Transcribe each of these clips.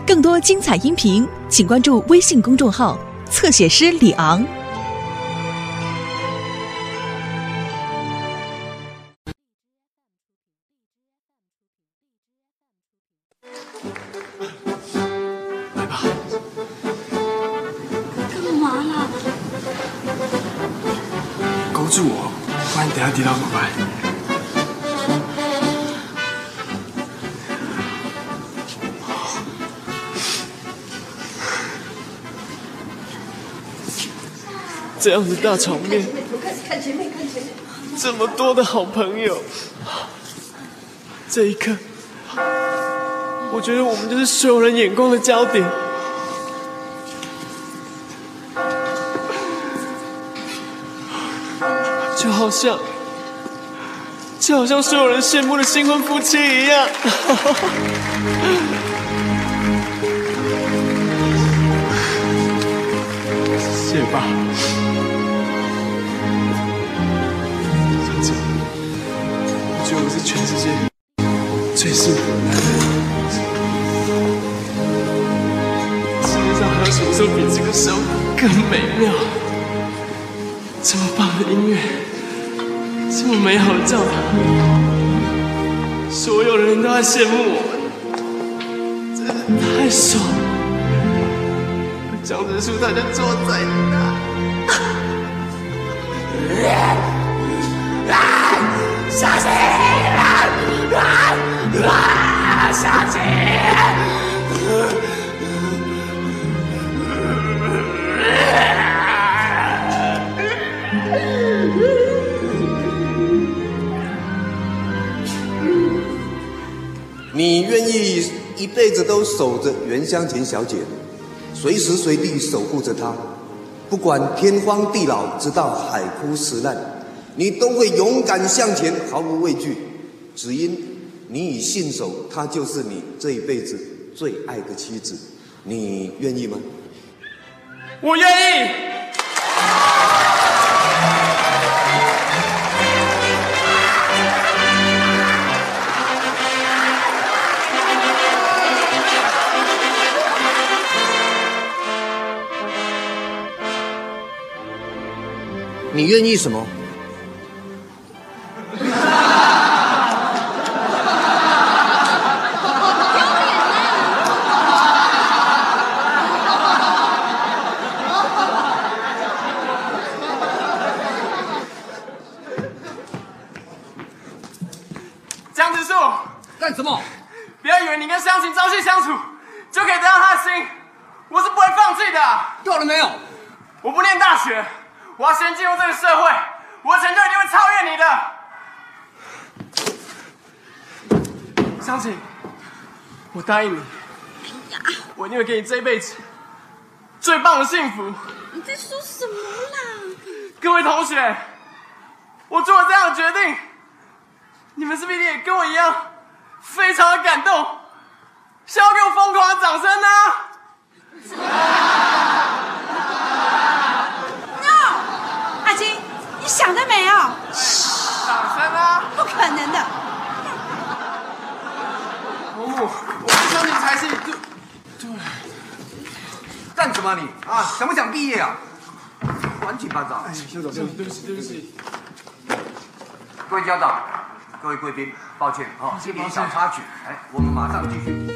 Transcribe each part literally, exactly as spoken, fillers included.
更多精彩音频，请关注微信公众号“侧写师李昂”。 来吧。 干嘛啦？ 勾住我，不然等下跌倒怎么办？ 这样的大场面，这么多的好朋友，这一刻，我觉得我们就是所有人眼光的焦点。就好像，就好像所有人羡慕的新婚夫妻一样。谢谢爸。 我觉得我是全世界最幸福的男人。世界上还有什么时候比这个时候更美妙？这么棒的音乐，这么美好的教堂，所有人都在羡慕我们，真是太爽了。江直树他就坐在那。小心！啊啊！小心！ 你愿意一辈子都守着袁湘琴小姐，随时随地守护着她，不管天荒地老，直到海枯石烂。 你都会勇敢向前，毫无畏惧，只因你已信守，她就是你这一辈子最爱的妻子。你愿意吗？ 我愿意。 你愿意什么？ 江直树， 干什么？ 不要以为你跟湘琴朝夕相处就可以得到她的心，我是不会放弃的。 够了没有？ 我不念大学，我要先进入这个社会，我的成就一定会超越你的。湘琴，我答应你，我一定会给你这一辈子最棒的幸福。 你在说什么啦？ 各位同学，我做了这样的决定。 你们是不是也跟我一样，非常的感动，想要给我疯狂的掌声呢 ？No， 阿金，你想得美哦！ 掌声啊！ 不可能的。 伯母，我跟湘琴才是对对。 干什么你啊？想不想毕业啊？乱七八糟！ 哎，校长，对不起，对不起。 各位家长。 各位贵宾，抱歉哦，一点小插曲，哎，我们马上继续。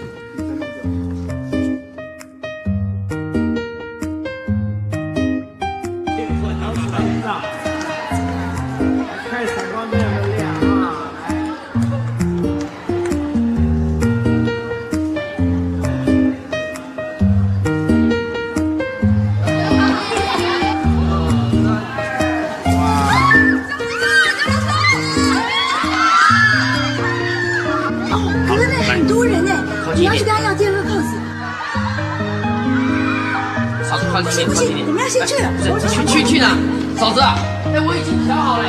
看闪光灯有没有亮啊？ 你要去跟他要第二个 cos， 嫂子，快不行不行，我们要先去了。 去去去哪？嫂子，哎，我已经调好了。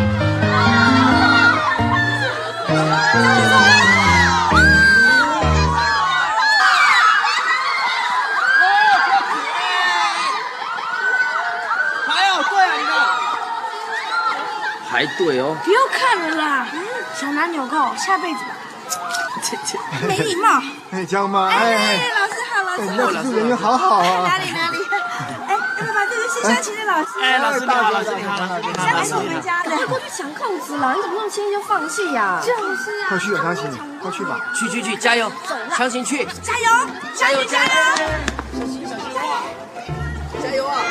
还有对啊，你看。排队哦。 不要看了啦，想拿纽扣，下辈子吧。 切切， 没礼貌。 哎，江妈， 哎，老师好， 是那技术人员好好啊。 哪里哪里？哎，爸爸，这是谢湘琴的老师。 哎，老师你好，老师你好，老师你好。 湘琴回家了， 快过去抢扣子了！你怎么那么轻易就放弃呀？ 就是啊。 快去啊，湘琴，快去吧。 去去去，加油！湘琴去， 加油，加油加油！ 加油啊！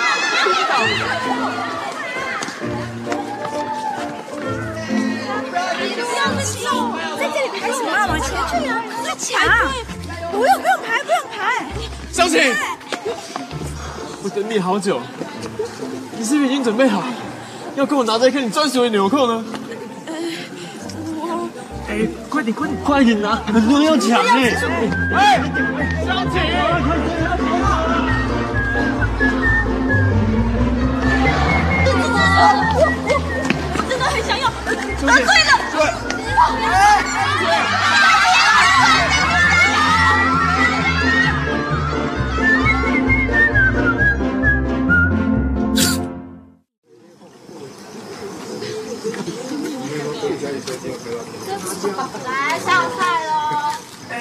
在这里排什么啊？往前去啊！快抢！不用不用排，不用排。 湘琴，我等你好久，你是不是已经准备好要跟我拿这一颗你专属的纽扣呢？哎，快点快点快点拿，很多人要抢哎！哎，湘琴， 我真的很想要，答对了。对。 来上菜喽！ 哎，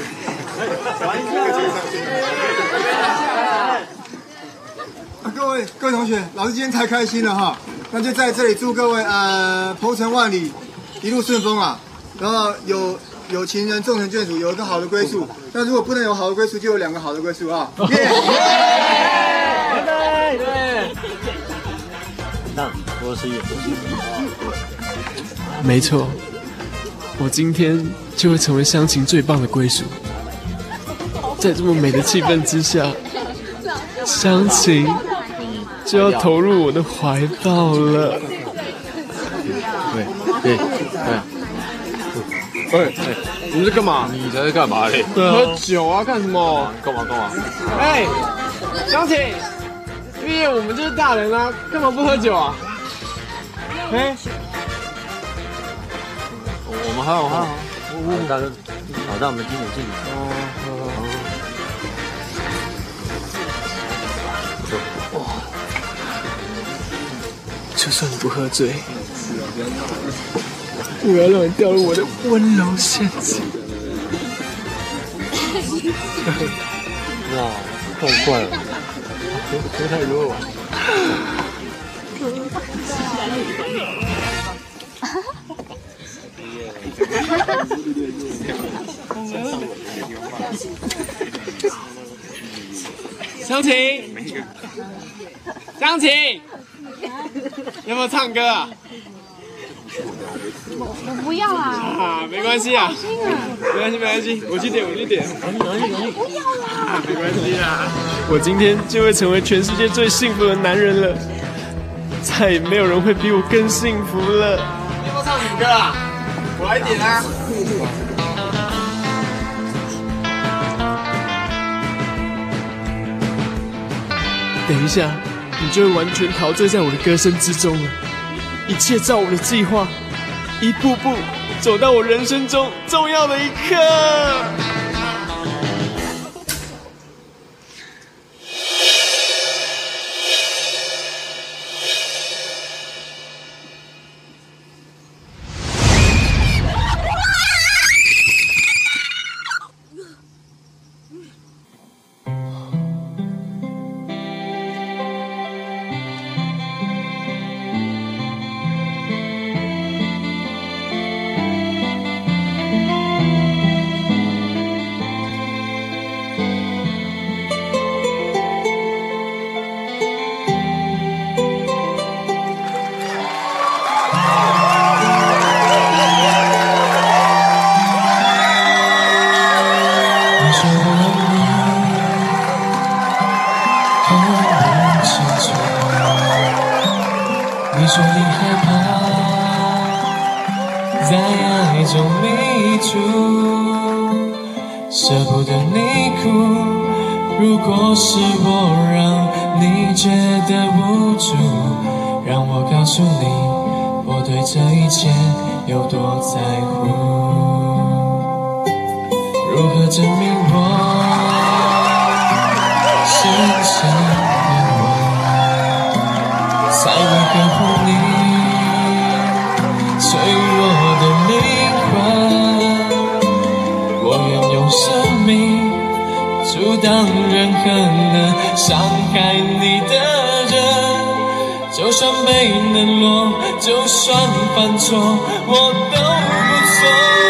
各位各位同学，老师今天太开心了哈，那就在这里祝各位呃鹏程万里，一路顺风啊，然后有有情人终成眷属，有一个好的归宿。那如果不能有好的归宿，就有两个好的归宿啊！耶！ 拜拜。对。 那我是叶博士。 没错，我今天就会成为湘琴最棒的归属。在这么美的气氛之下，湘琴就要投入我的怀抱了。 对对对。 喂，你们在干嘛？ 你在干嘛嘞？ 喝酒啊？干什么？ 干嘛干嘛？ 哎，湘琴，因为我们就是大人啊，干嘛不喝酒啊？哎。 我们还好还好，我们大家老大我们敬酒敬酒。 哦，就算你不喝醉，我要让你掉入我的温柔陷阱。 哇，太快了，喝太多了。 湘琴，湘琴，要不要唱歌啊？ 我我不要啊！ 啊，没关系啊，没关系没关系，我去点我去点。 不要啦！ 没关系啦，我今天就会成为全世界最幸福的男人了，再也没有人会比我更幸福了。要不要唱什么歌啊？我来点啊。等一下，你就会完全陶醉在我的歌声之中了。一切照我的计划，一步步走到我人生中重要的一刻。 你说你害怕在爱中迷途，舍不得你哭。如果是我让你觉得无助，让我告诉你，我对这一切有多在乎。如何证明我是真的我，才会呵护你脆弱的灵魂？我愿用生命筑阻挡任何能伤害你的人。就算被冷落，就算犯错，我都不错。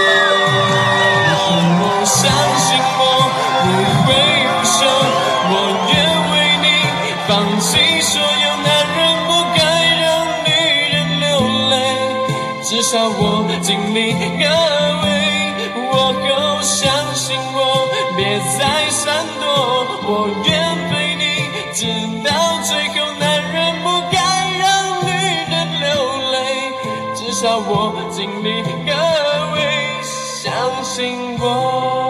我相信我不会不朽，我愿为你放弃所有。男人不该让女人流泪，至少我尽力而为。我够相信我，别再闪躲，我愿陪你直到最后。男人不该让女人流泪，至少我尽力而为，相信我。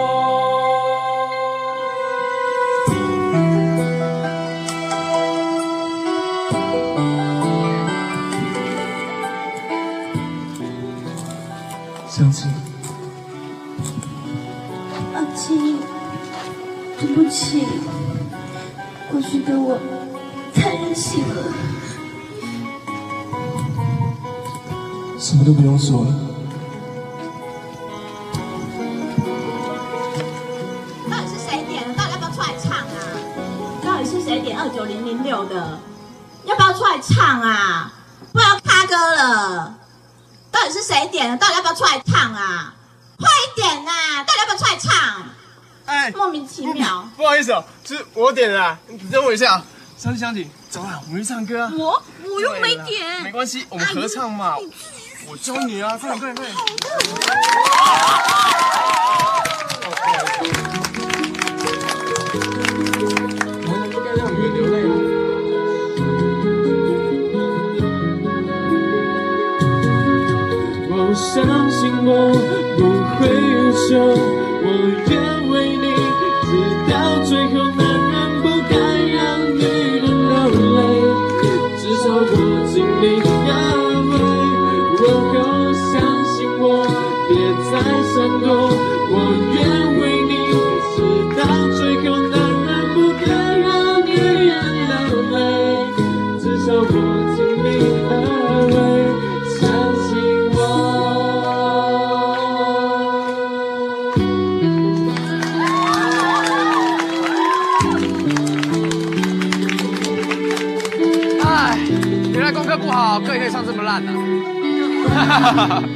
相信。 阿青，对不起，过去的我太任性了。 什么都不用说了。 到底是谁点的？到底要不要出来唱啊？到底是谁点二九零零六的？要不要出来唱啊？不然要卡歌了。到底是谁点的？到底要不要出来唱啊？快一点啊！到底要不要出来唱？ 哎， 莫名其妙。 不好意思哦，是我点的啦，你等我一下。香姐，香姐，走啦，我们去唱歌啊。 我我又没点。 没关系，我们合唱嘛。我教你啊，快点，快点，快点。 男人不该让女人流泪啊。我相信我不会优秀，我愿为你直到最后。男人不该让女人流泪，至少我尽力而为。我够相信我，别再闪躲，我愿为你直到最后。男人不该让女人流泪，至少我尽力而为，相信我。 哎，原来功课不好，歌也可以唱这么烂啊！哈哈哈哈！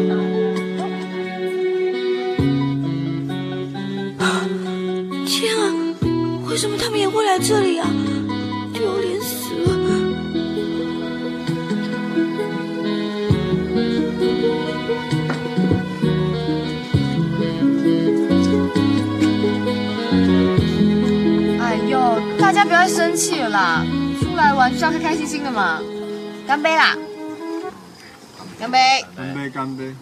天啊，为什么他们也会来这里啊？丢脸死了！ 哎呦，大家不要生气了啦，出来玩就是要开开心心的嘛，干杯啦！干杯！ 干杯！干杯！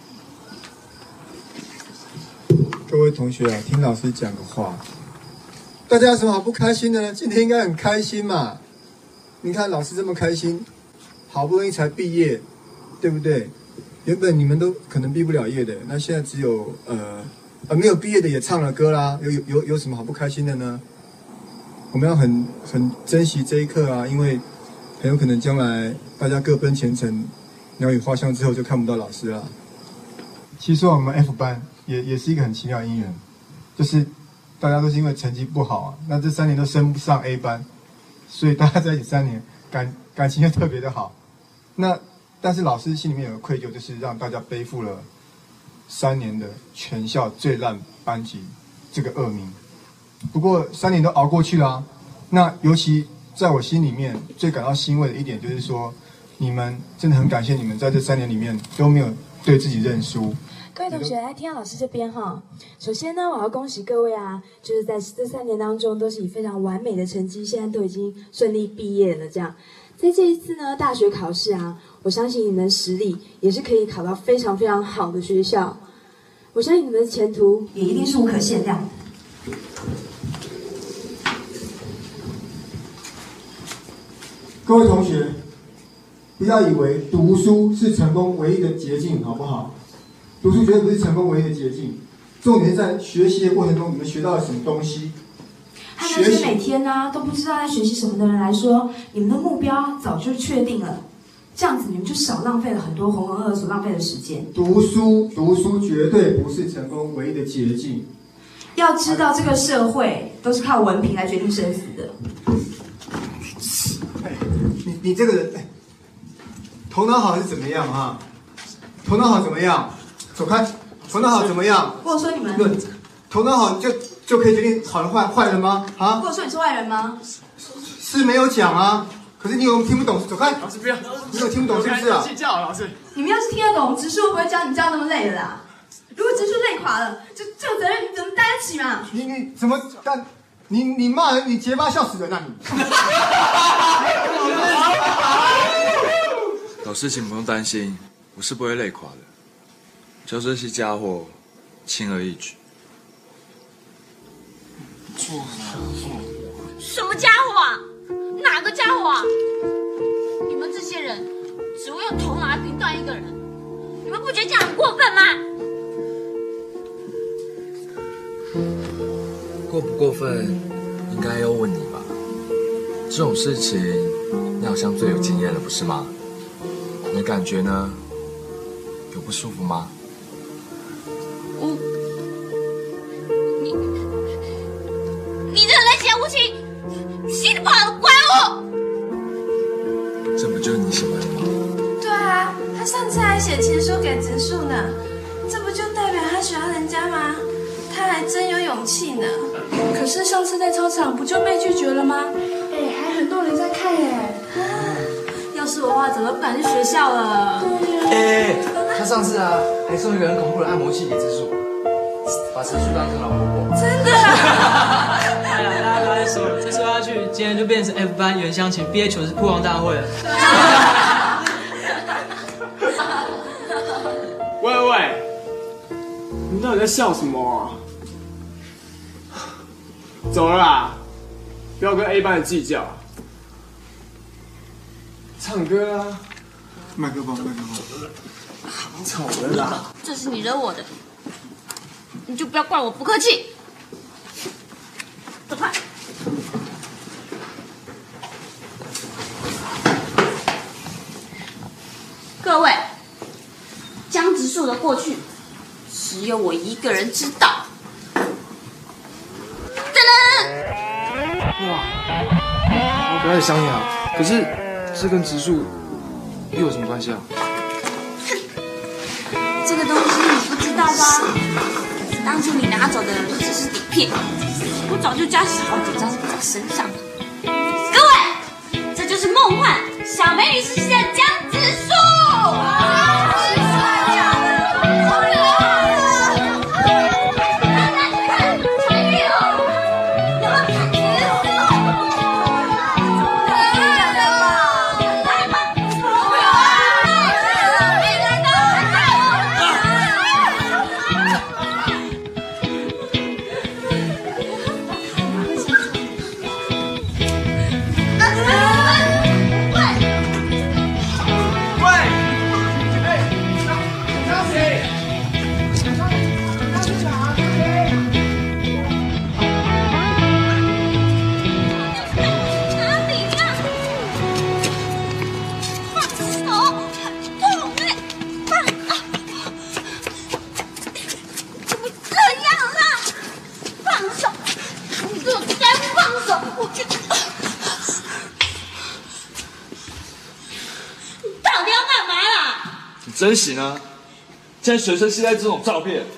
各位同学啊，听老师讲个话，大家有什么好不开心的呢？今天应该很开心嘛。你看老师这么开心，好不容易才毕业，对不对？原本你们都可能毕不了业的，那现在只有呃呃没有毕业的也唱了歌啦，有有有有什么好不开心的呢？我们要很很珍惜这一刻啊，因为很有可能将来大家各奔前程。鸟语花香之后就看不到老师了。其实我们 F 班也也是一个很奇妙的因缘，就是大家都是因为成绩不好啊，那这三年都升不上 A 班，所以大家在一起三年感感情又特别的好。那但是老师心里面有个愧疚，就是让大家背负了三年的全校最烂班级这个恶名。不过三年都熬过去了啊，那尤其在我心里面最感到欣慰的一点就是说，你们真的很感谢你们在这三年里面都没有对自己认输。 各位同学，来听到老师这边哈。首先呢，我要恭喜各位啊，就是在这三年当中都是以非常完美的成绩，现在都已经顺利毕业了。这样，在这一次呢大学考试啊，我相信你们的实力也是可以考到非常非常好的学校。我相信你们的前途也一定是无可限量的。 各位同学，不要以为读书是成功唯一的捷径，好不好？读书绝对不是成功唯一的捷径，重点是在学习的过程中，你们学到了什么东西。 和那些每天呢、啊、都不知道在学习什么的人来说，你们的目标早就确定了，这样子你们就少浪费了很多浑浑噩噩所浪费的时间。 读书，读书绝对不是成功唯一的捷径。 要知道这个社会都是靠文凭来决定生死的。 哎，你你这个人，哎，头脑好是怎么样啊？头脑好怎么样？走开！头脑好怎么样？ 或者说你们， 对，头脑好就就可以决定好人坏坏人吗？啊？ 或者说你是坏人吗？ 是没有讲啊，可是你有听不懂，走开！ 老师不要， 你有听不懂是不是啊？ 计较，老师。 你们要是听得懂，植树不会教你教那么累的啦。如果植树累垮了，这这个责任你怎么担得起嘛？ 你你怎么担？你你骂人，你结巴笑死人啊你！ 老师，请不用担心，我是不会累垮的。教这些家伙轻而易举。 什么家伙啊？哪个家伙啊？你们这些人只会用头脑来评断一个人，你们不觉得这样很过分吗？ 过不过分，应该要问你吧。这种事情，你好像最有经验了，不是吗？你的感觉呢？有不舒服吗？ 我，你，你这人来邪无情，心里不好的怪物。 这不就是你喜欢的吗？ 对啊，他上次还写情书给植树呢，这不就代表他喜欢人家吗？他还真有勇气呢。 可是上次在操场不就被拒绝了吗？哎，还很多人在看哎。要是我的话，怎么不敢去学校了？ 哎，他上次啊，还送一个很恐怖的按摩器给植树，把植树当成老婆婆。 真的？ 哎呀，大家不要再说了，再说下去，今天就变成 F 班原乡情毕业糗事曝光大会了。 喂喂，你们到底在笑什么啊？走了啦，不要跟 A 班的计较。唱歌啊！ 麦克风，麦克风。 吵了啦！ 这是你惹我的，你就不要怪我不客气。走开！各位，江直树的过去，只有我一个人知道。噔噔！ 哇，我不要想你啊！可是这跟植树又有什么关系啊？ 这个东西你不知道吧？当初你拿走的只是底片，我早就加好几张在身上了。各位，这就是梦幻小美女时期的江直树。 真行啊！竟然随身携带这种照片，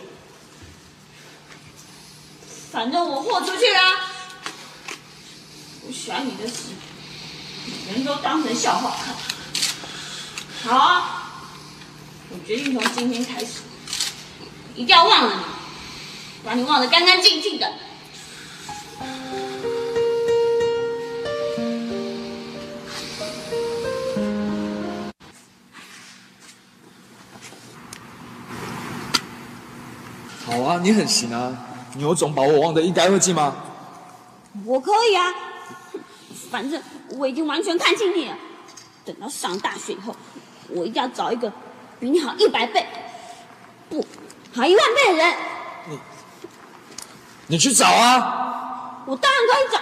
反正我豁出去啦！我喜欢你的事，人都当成笑话看。好啊，我决定从今天开始，一定要忘了你，把你忘得干干净净的。 好啊，你很行啊！你有种把我忘得一干二净吗？ 我可以啊，反正我已经完全看清你了。等到上大学以后，我一定要找一个比你好一百倍，不，好一万倍的人。 你，你去找啊！ 我当然可以找。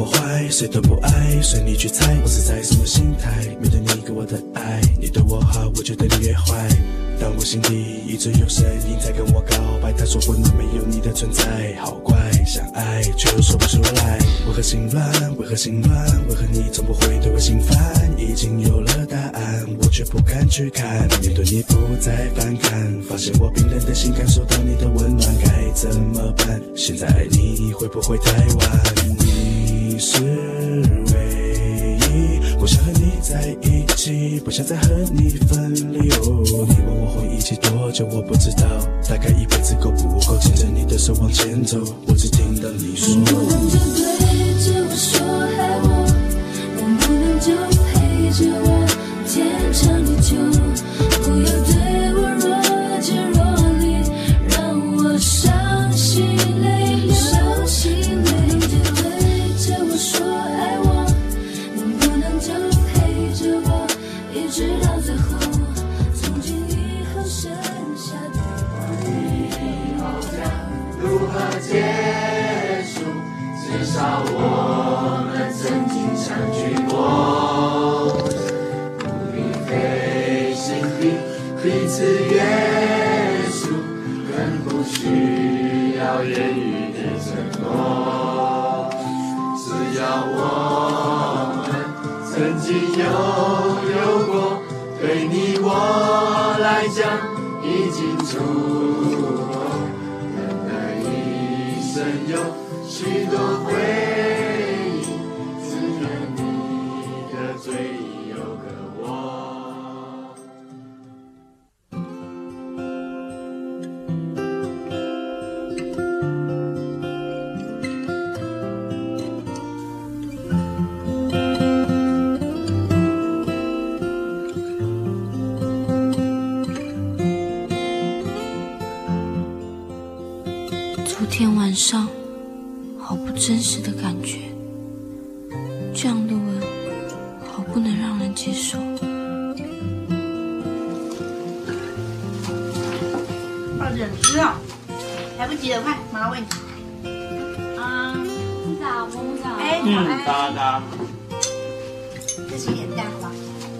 我坏，谁都不爱，随你去猜，我是在什么心态面对你给我的爱。你对我好，我就对你越坏。当我心底一直有声音在跟我告白，他说温暖没有你的存在，好怪，想爱却又说不出来。为何心乱？为何心乱？为何你总不会对我心烦？已经有了答案，我却不敢去看。面对你不再反感，发现我冰冷的心感受到你的温暖，该怎么办？现在爱你会不会太晚？你是唯一，我想和你在一起，不想再和你分离。哦，你问我会一起多久，我不知道，大概一辈子够不够牵着你的手往前走。我只听到你说， 能不能就对着我说爱我，能不能就陪着我天长地久，不要对我若即若离，让我伤心泪流。伤心泪流，对着我说爱我，能不能就陪着我一直到最后，从今以后剩下的如何结束？至少我们曾经相聚过，不必费心地彼此约束，更不需要言语的承诺。只要我们曾经拥有过，对你我来讲已经足够。有许多回忆，只愿你的嘴里有个我。 昨天晚上好不真实的感觉，这样的吻好不能让人接受。 快点吃啊！来不及了，快，妈喂你。啊， 你早，萌萌早。 哎， 嗯， 哎， 哒哒。 这是盐蛋花。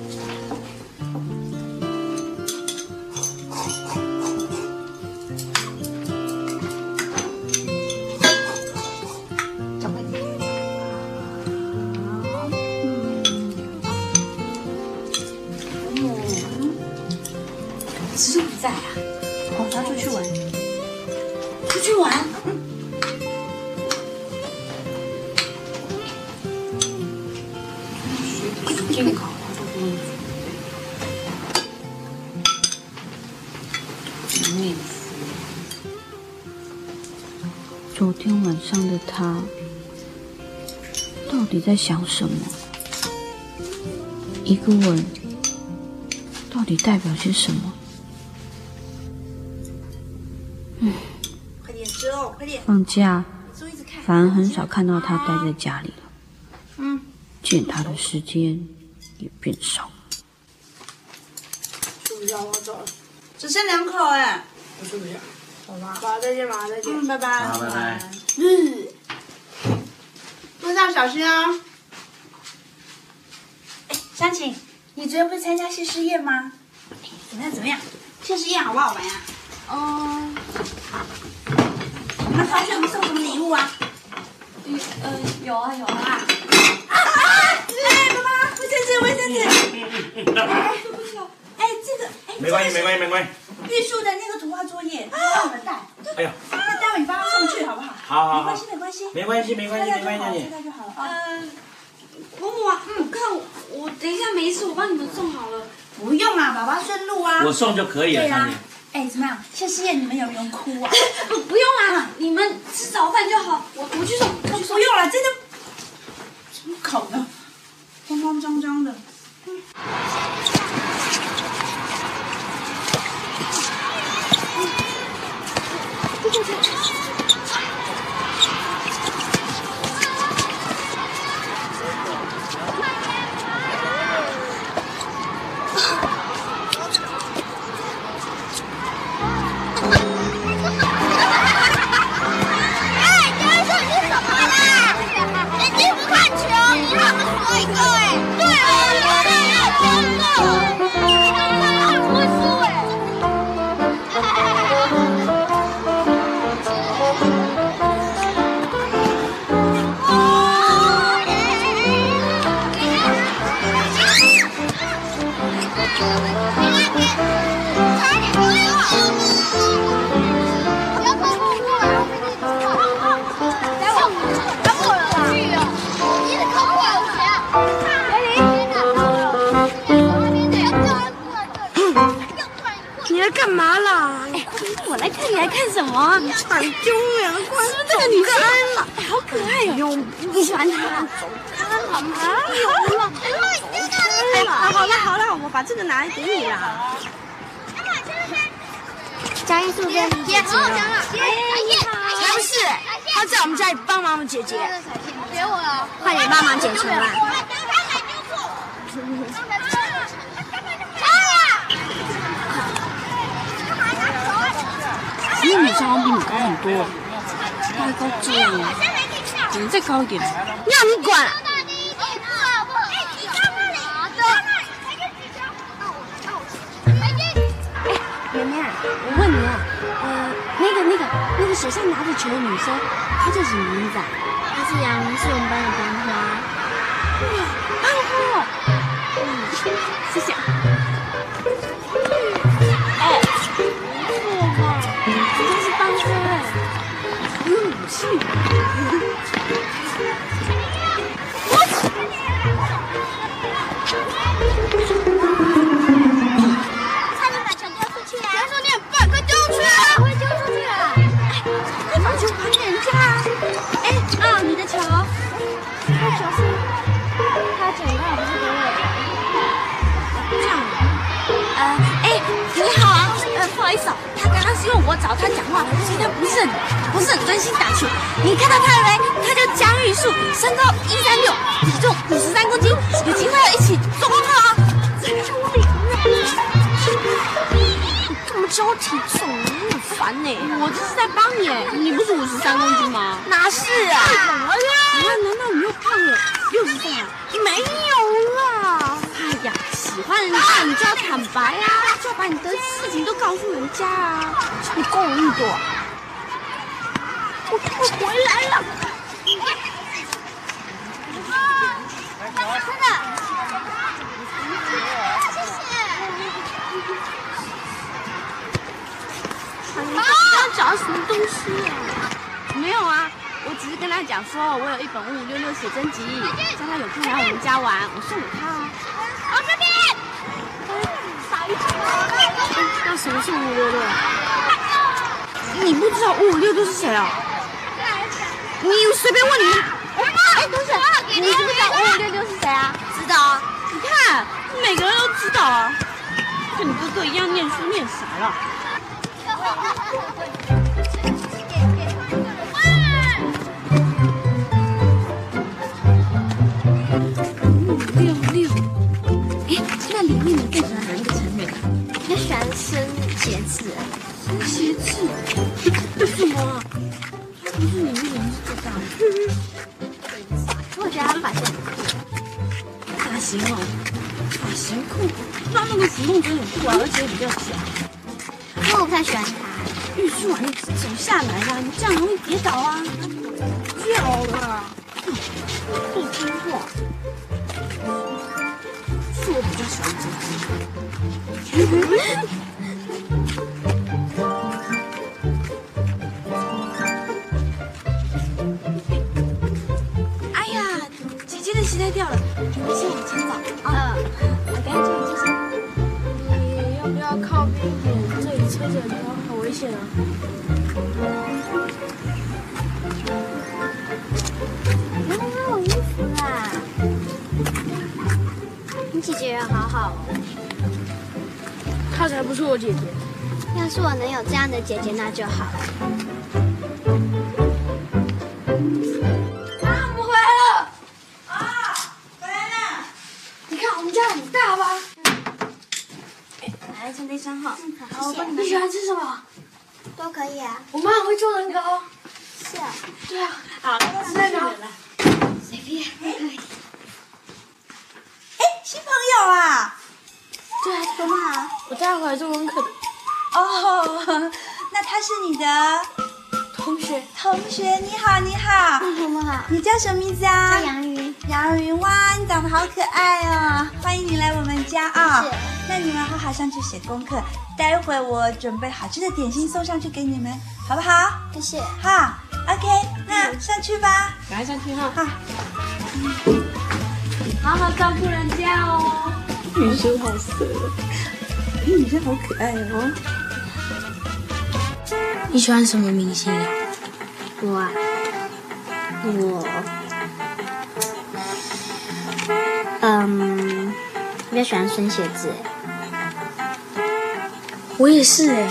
师傅不在啊？ 哦，他出去玩。 出去玩？嗯。健康，他说不能煮。面丝。 昨天晚上的他，到底在想什么？一个吻，到底代表些什么？嗯， 快点吃哦，快点。 放假， 你一直看反而很少看到他待在家里了。 嗯， 见他的时间也变少。 睡不着，我走了。只剩两口哎。 我睡不下。 好吧，好，再见，妈，再见。嗯，拜拜。 好，拜拜。 嗯，路上小心啊。哎，湘琴，你昨天不是参加谢师宴吗？怎么样？怎么样？谢师宴好不好玩啊？ 嗯， 你们同学们送什么礼物啊？ 呃，有啊有啊。 啊啊！哎，妈妈，卫生纸，卫生纸。哎，对不起哦。哎，这个，哎， 没关系，没关系，没关系。 玉树的那个图画作业，帮我们带。 哎呀， 那待会你帮他送去好不好？ 好好好。 没关系，没关系。 没关系，没关系，没关系， 那就好了。 呃，伯母啊，我看我我等一下没事，我帮你们送好了。 不用啊，宝宝顺路啊。 我送就可以了， 对啊。哎，怎么样？谢师宴你们有没有哭啊？ 不不用啦，你们吃早饭就好。我我去送，我去送。 不用了，真的。什么口呢？慌慌张张的。嗯。这这这。 哎，教授，你怎么了？眼睛不看来看什么啊？ 太丢脸了，关是不是这个女生嘛？哎，好可爱哟！你喜欢她？ 走开了嘛！有了，哎，好了好了，我把这个拿来给你啦。 嘉义是不是跟你姐姐？ 才不是，她在我们家里帮忙姐姐。 给我了，快点帮忙捡球啊！ 那女生好像比你高很多，大概高这样，可能再高一点。 让你管！ 绵绵，我问你啊，呃，那个那个那个手上拿着球的女生，她叫什么名字啊？ 她是杨云，是我们班的班花。 哇，班花！嗯，谢谢。哎，不错嘛，人家是班花哎，好有武器。 我找他讲话，所以他不是很不是很专心打球。你看到他了没？他叫江玉树，身高一三六，体重五十三公斤，有机会要一起做功课哦。 你干嘛教我体重？你很烦呢、欸。我这是在帮你、欸。你不是五十三公斤吗？ 哪是啊？ 哎呀，难道你又胖了六十三？ 没有啦。 哎呀，喜欢人家你就要坦白啊，就要把你的事情都告诉人家啊。你够那么多、啊？我我回来了。 真的。 你刚刚讲什么东西啊？没有啊，我只是跟他讲说，我有一本五五六六写真集，叫他有空来我们家玩，我送给他啊。 好，这边。 那什么是五五六六？你不知道五五六六是谁啊？你随便问你。 哎，同学， 你知不知道五五六六是谁啊？ 知道啊。 你看，每个人都知道啊，跟你哥哥一样念书念傻了。六六，哎，那里面你最喜欢哪一个成语？ 我喜欢生节制。 生节制？为什么啊？不是你那个人是最大的。 我觉得他发型酷。 发型哦，发型酷，那那个浮动真的很酷啊，而且比较小。 因为我不太喜欢他。 玉树啊，你走下来啦，你这样容易跌倒啊！掉了，不听话。是我比较喜欢这个。哎呀，姐姐的鞋带掉了，你先往前走啊！我赶紧介绍。你要不要靠边一点？这里车子很多，很危险啊！ 不要让我衣服啦！你姐姐人好好哦。 她才不是我姐姐。 要是我能有这样的姐姐，那就好了。 啊，我们回来了！啊，回来了！你看我们家很大吧？来，陈第三号。 嗯，好，我帮你。 你喜欢吃什么？ 都可以啊。 我妈很会做蛋糕。 是啊。 对啊。好，吃蛋糕。 随便。 哎，新朋友啊！ 对啊，多好。 我待会来做功课的。 哦，那他是你的同学。 同学，你好，你好。 你好，你好。 你叫什么名字啊？ 叫杨云。 杨云，哇，你长得好可爱哦！欢迎你来我们家啊、哦！ 是。 那你们好好上去写功课，待会我准备好吃的点心送上去给你们，好不好？ 谢谢。 好 ，OK， 那上去吧。 赶快上去哈。 好。 嗯，好好照顾人家哦。女生好色，女生好可爱哦。 你喜欢什么明星啊？ 我啊，我，嗯，比较喜欢孙协志。 我也是哎。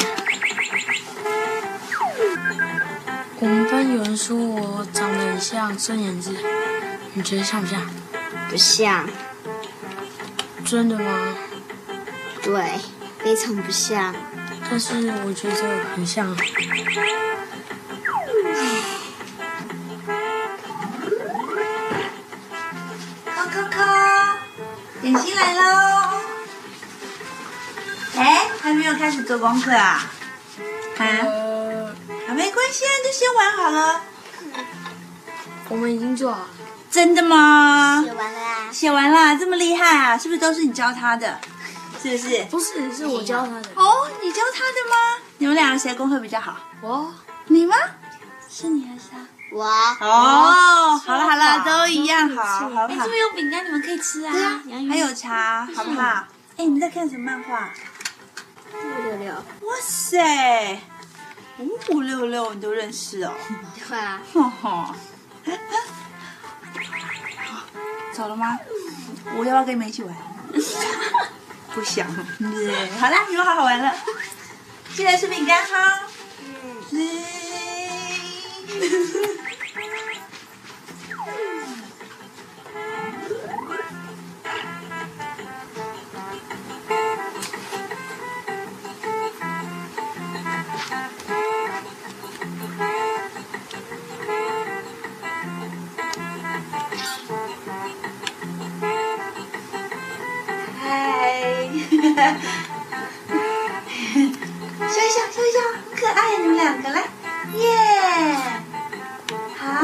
我们班有人说我长得很像孙燕姿，你觉得像不像？ 不像。 真的吗？ 对，非常不像。 但是我觉得很像。 扣扣扣，点心来喽！哎，还没有开始做功课啊？啊？啊，没关系啊，就先玩好了。 我们已经做好了。 真的吗？ 写完了啊。 写完了，这么厉害啊？是不是都是你教他的？是不是？ 不是，是我教他的。 哦，你教他的吗？你们两个谁功课比较好？ 我。 你吗？是你还是他？ 我。 哦，好了好了，都一样好，好不好？ 这边有饼干，你们可以吃啊。 对啊，还有茶，好不好？哎，你们在看什么漫画？ 五六六。 哇塞，五五六六你都认识哦？ 对啊。 吼吼。走了吗？我要不要跟你们一起玩？不想。对，好啦，你们好好玩了。记得吃饼干哈。嗯。笑一笑，笑一笑，很可爱，你们两个来，耶！好。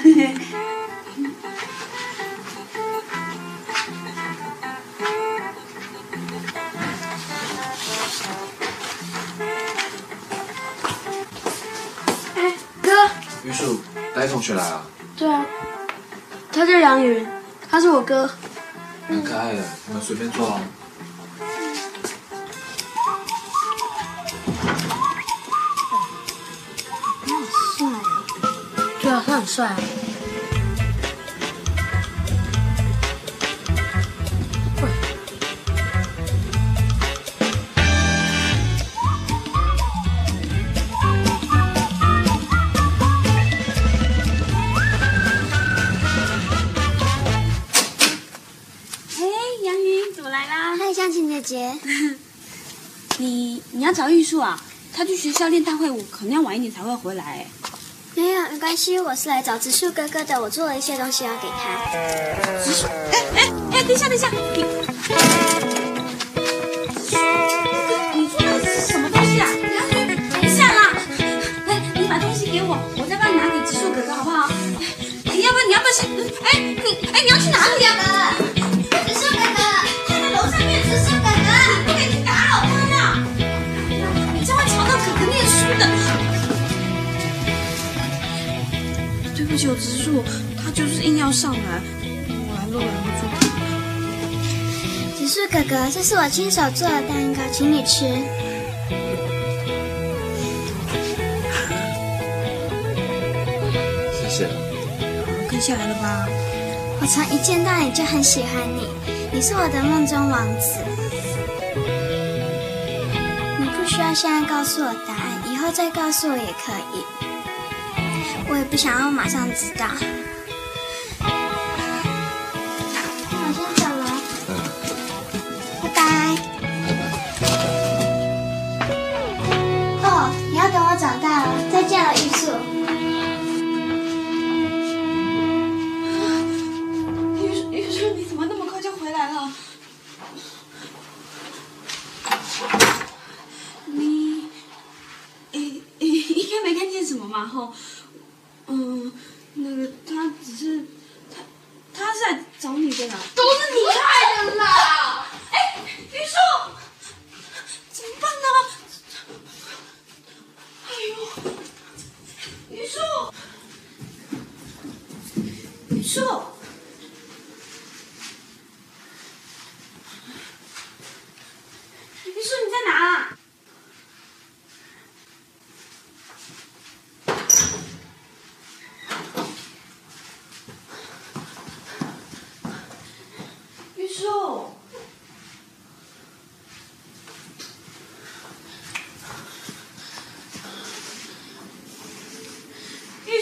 哎，哥。 玉树，带同学来啊？ 对啊，他叫杨云，他是我哥。 很可爱的，你们随便坐啊。 对啊，他很帅啊。 哎，杨云怎么来啦？嗨，湘琴姐姐。 你你要找玉树啊？他去学校练大会舞，可能要晚一点才会回来。 没有，没关系，我是来找植树哥哥的，我做了一些东西要给他。 植树，哎哎哎，等一下等一下，你，你做的是什么东西啊？等一下啦，哎，你把东西给我，我再帮你拿给植树哥哥好不好？哎，要不然你要不要先？哎，你哎你要去哪里呀？ 植树哥哥，他在楼上面，植树哥哥， 你不可以去打扰他呀！你这样会吵到哥哥念书的。对不起，我植树，他就是硬要上来，我拦都拦不住他。 植树哥哥，这是我亲手做的蛋糕，请你吃。 谢谢。 可以下来了吧？ 我从一见到你就很喜欢你，你是我的梦中王子。你不需要现在告诉我答案，以后再告诉我也可以。我也不想要马上知道。我先走了。 嗯。 拜拜。拜拜。哦，你要等我长大了。再见了，玉树。 玉树，玉树，你怎么那么快就回来了？你，诶诶，应该没看见什么嘛？吼。嗯，那个他只是他他是来找你的啦， 都是你害的啦！ 哎，玉树，怎么办呢？哎呦，玉树，玉树，玉树你在哪？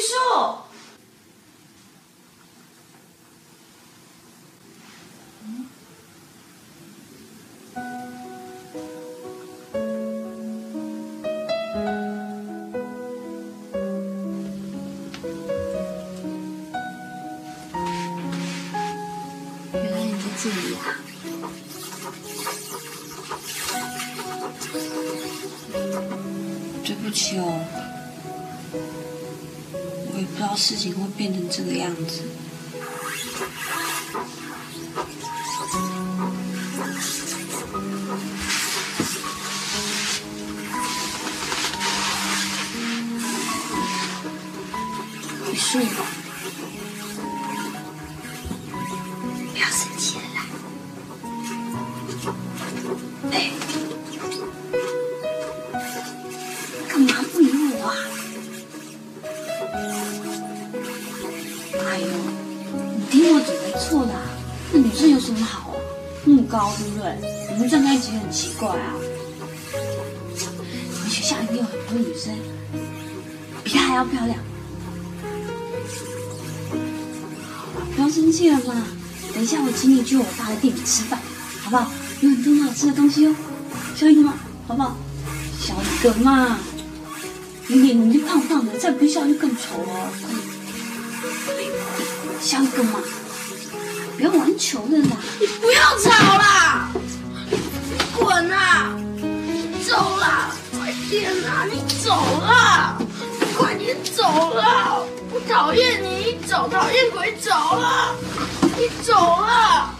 叔。 原来你在这里啊！对不起哦，我也不知道事情会变成这个样子。李树，不要生气了啦。哎，干嘛不理我啊？哎呦，你听我姐没错的啊，那女生有什么好啊？那么高，对不对？你们站在一起很奇怪啊。你学校一定有很多女生比她还要漂亮。不要生气了嘛，等一下我请你去我爸的店里吃饭，好不好？有很多很好吃的东西哦，小一个嘛，好不好？小一个嘛，你脸你就胖胖的，再不笑就更丑了。小一个嘛，不要玩球了啦！ 你不要吵啦，滚啦，走啦，快点啦，你走啦，快点走啦！我讨厌你，你走，讨厌鬼走了，你走了。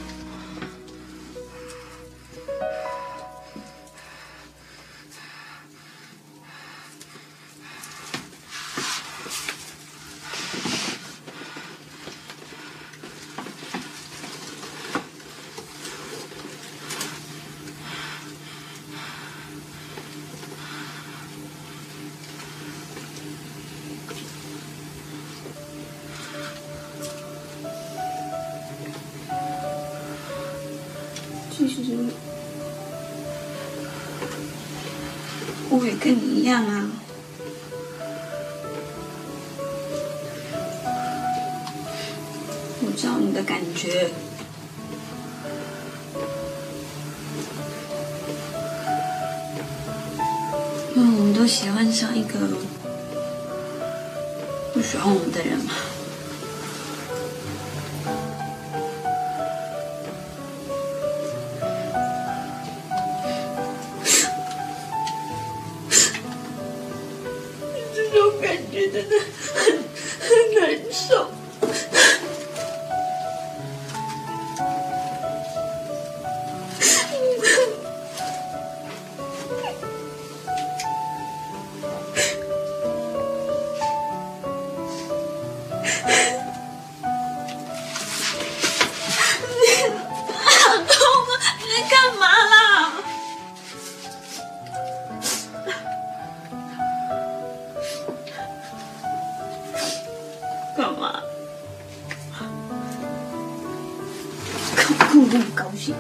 其实我也跟你一样啊，我知道你的感觉。因为我们都喜欢上一个不喜欢我们的人嘛。这种感觉真的很很难受。你在干嘛啦？干嘛？哭得很高兴。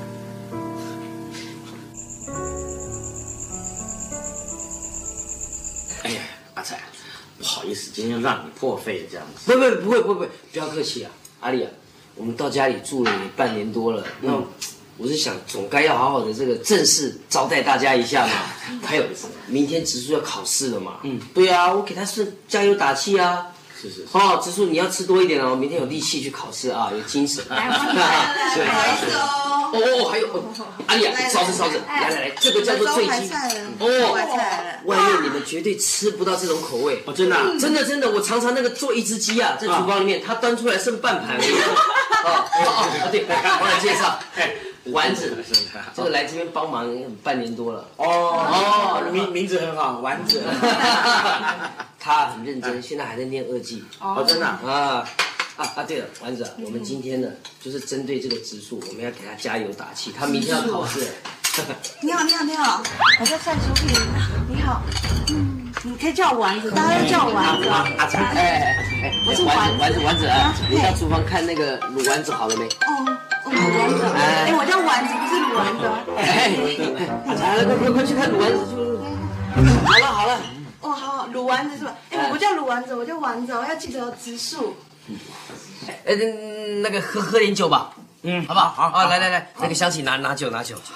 哎呀，阿彩，不好意思，今天让你破费了这样子。 不不不会不会，不要客气啊，阿丽啊，我们到家里住了也半年多了，那我是想总该要好好的这个正式招待大家一下嘛。还有明天植树要考试了嘛，嗯，对啊，我给他是加油打气啊。 是是是。 哦，植树你要吃多一点哦，明天有力气去考试啊，有精神。来，不好意思哦。哦哦，还有阿丽啊，烧子烧子，来来来，这个叫做醉鸡。哦，外面你们绝对吃不到这种口味。 哦，真的、啊， 真的真的，我常常那个做一只鸡啊，在厨房里面，它端出来剩半盘而已。哦哦哦，对，我来介绍，丸子，这个来这边帮忙半年多了。 哦哦，名名字很好，丸子。 他很认真，现在还在念二技。 哦，真的啊。啊啊，对了，丸子啊，我们今天呢，就是针对这个植树，我们要给他加油打气，他明天要考试。 你好，你好，你好，我叫蔡淑萍。你好，嗯，你可以叫我丸子，大家都叫我丸子。 阿才，哎哎，我是丸子，丸子，丸子啊，你到厨房看那个卤丸子好了没？ 哦，哦，卤丸子。哎，我叫丸子，不是卤丸子。 哎，阿才，快快快去看卤丸子，就好了好了。 哦，好好，卤卤丸子是吧？哎，我叫卤丸子，我叫丸子哦，要记得植树。 哎，那个喝喝点酒吧，嗯，好不好？好啊，来来来，那个香琪拿拿酒拿酒。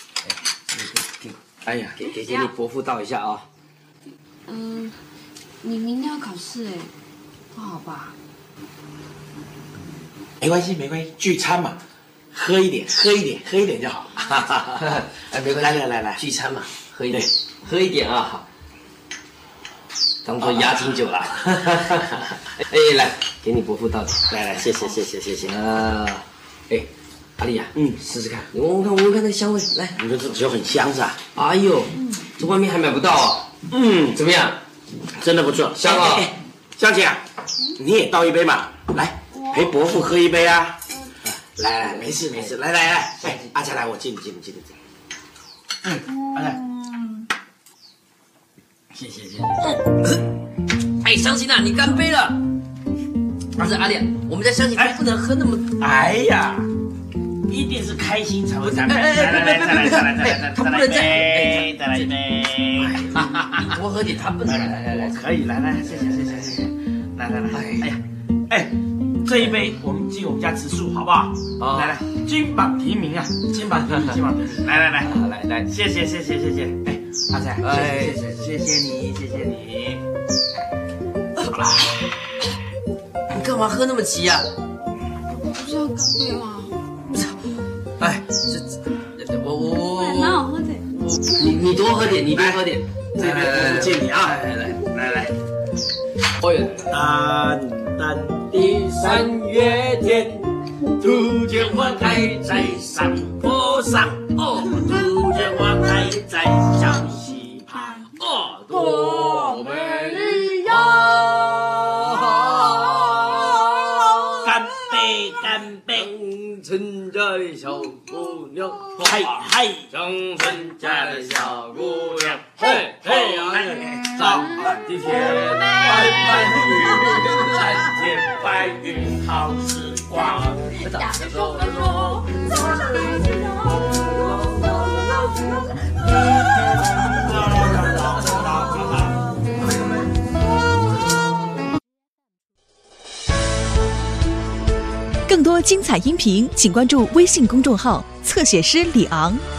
哎呀，给给给你伯父倒一下啊。 嗯，你明天要考试哎，不好吧？ 没关系没关系，聚餐嘛，喝一点喝一点喝一点就好。 哎，没关系， 来来来来， 聚餐嘛，喝一点，喝一点啊，当做压惊酒了。哎，来，给你伯父倒点，来来，谢谢谢谢谢谢啊。哎，阿丽呀，嗯，试试看，你闻闻看，闻闻看那个香味，来， 你说这酒很香是吧？ 哎呦，这外面还买不到啊。嗯，怎么样？ 真的不错， 香啊！ 香姐啊，你也倒一杯嘛，来陪伯父喝一杯啊。来来，没事没事，来来来，哎，阿佳来，我敬你敬你敬你。嗯，阿佳， 谢谢谢谢。哎，香琪娜，你干杯了！不是阿丽，我们家香琪娜不能喝那么…… 哎呀，一定是开心才会干杯。 哎哎， 来来来，再来再来再来他不能这样， 再来一杯。 你多喝点，他不能。来来来来， 可以，来来，谢谢谢谢谢谢。来来来，哎呀，哎。这一杯我们敬我们家植树，好不好？哦、来来，金榜题名啊！金榜题名，金榜题名！来来来， 来来， 谢谢谢谢谢谢！哎，阿仔，哎，谢谢谢谢你，谢谢你。好啦， 你干嘛喝那么急啊？ 不是要干杯吗？ 哎，这我我我， 蛮好喝的。 你你多喝点，你多喝点。 这杯我敬你啊！ 来来来来， 哦哟， 淡淡的三月天，突见花开在山坡上，哦，突见花开在小溪畔，哦，多美丽呀！干杯干杯， 村家的小姑娘， 嗨嗨， 乡村家的小姑娘，嘿嘿呀，早晚的天，白白云，蓝天白云好时光。大家说说，走上来去更多精彩音频，请关注微信公众号“侧写师李昂”。